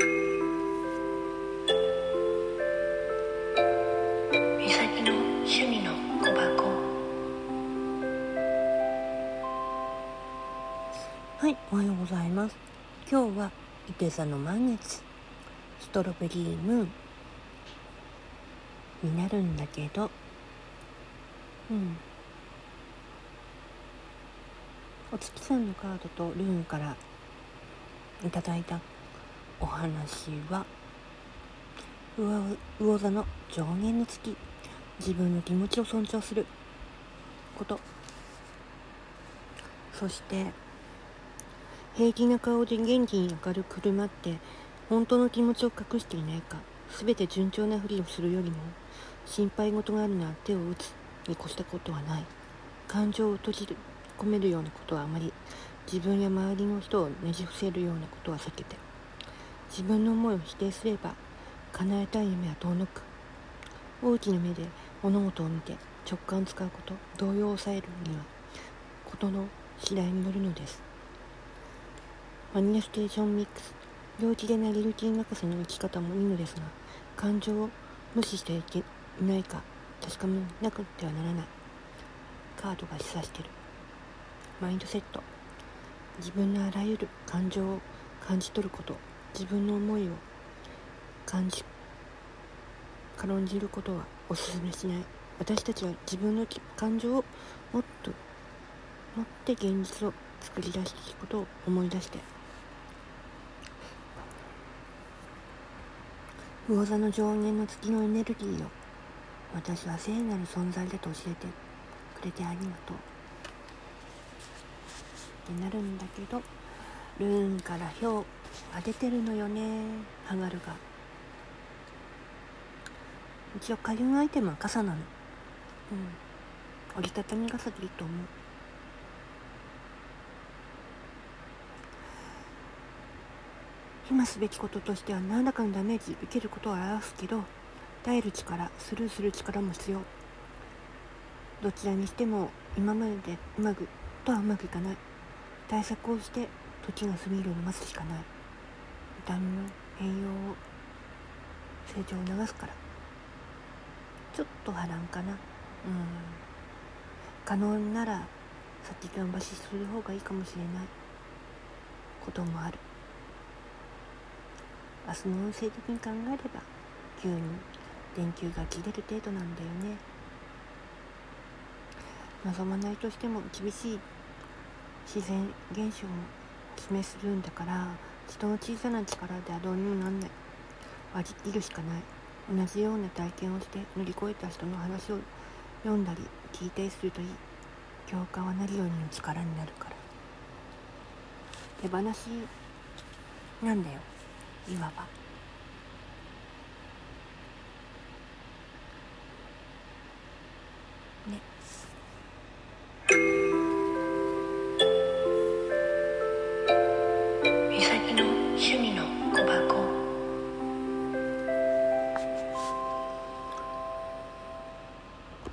みさきの趣味の小箱。 はい、おはようございます。今日は伊手座の満月ストロベリームーンになるんだけど、お月さんのカードとルーンからいただいたお話は、魚座の上限の月、自分の気持ちを尊重すること、そして平気な顔で元気に明るく振る舞って本当の気持ちを隠していないか、すべて順調なふりをするよりも心配事があるなら手を打つに越したことはない。感情を閉じ込めるようなことはあまり、自分や周りの人をねじ伏せるようなことは避けて、自分の思いを否定すれば叶えたい夢は遠のく。大きな目で物事を見て直感を使うこと、動揺を抑えるにはことの次第によるのです。マニフェステーションミックス、陽気でなりルーティン任せの生き方もいいのですが、感情を無視していないか確かめなくてはならない。カードが示唆しているマインドセット、自分のあらゆる感情を感じ取ること、自分の思いを軽んじることはお勧めしない。私たちは自分の感情をもって現実を作り出していくことを思い出して、魚座の上限の月のエネルギーを私は聖なる存在だと教えてくれてありがとうってなるんだけど、ルーンから氷が出てるのよね。ハガルが一応開運アイテムは傘なの。折りたたみ傘でいいと思う。今すべきこととしては何らかのダメージ受けることを表すけど、耐える力、スルーする力も必要。どちらにしても今まででうまくいかない。対策をして時が過ぎるのを待つしかない。痛みの変容を成長を促すから、ちょっと波乱かな。可能なら先延ばしする方がいいかもしれないこともある。明日の運勢的に考えれば急に電球が切れる程度なんだよね。望まないとしても厳しい自然現象を示するんだから、人の小さな力ではどうにもなんない。割り切るしかない。同じような体験をして乗り越えた人の話を読んだり聞いたりするといい。共感は何よりの力になるから。手放しなんだよ、いわば。ね。 みさきの趣味の小箱。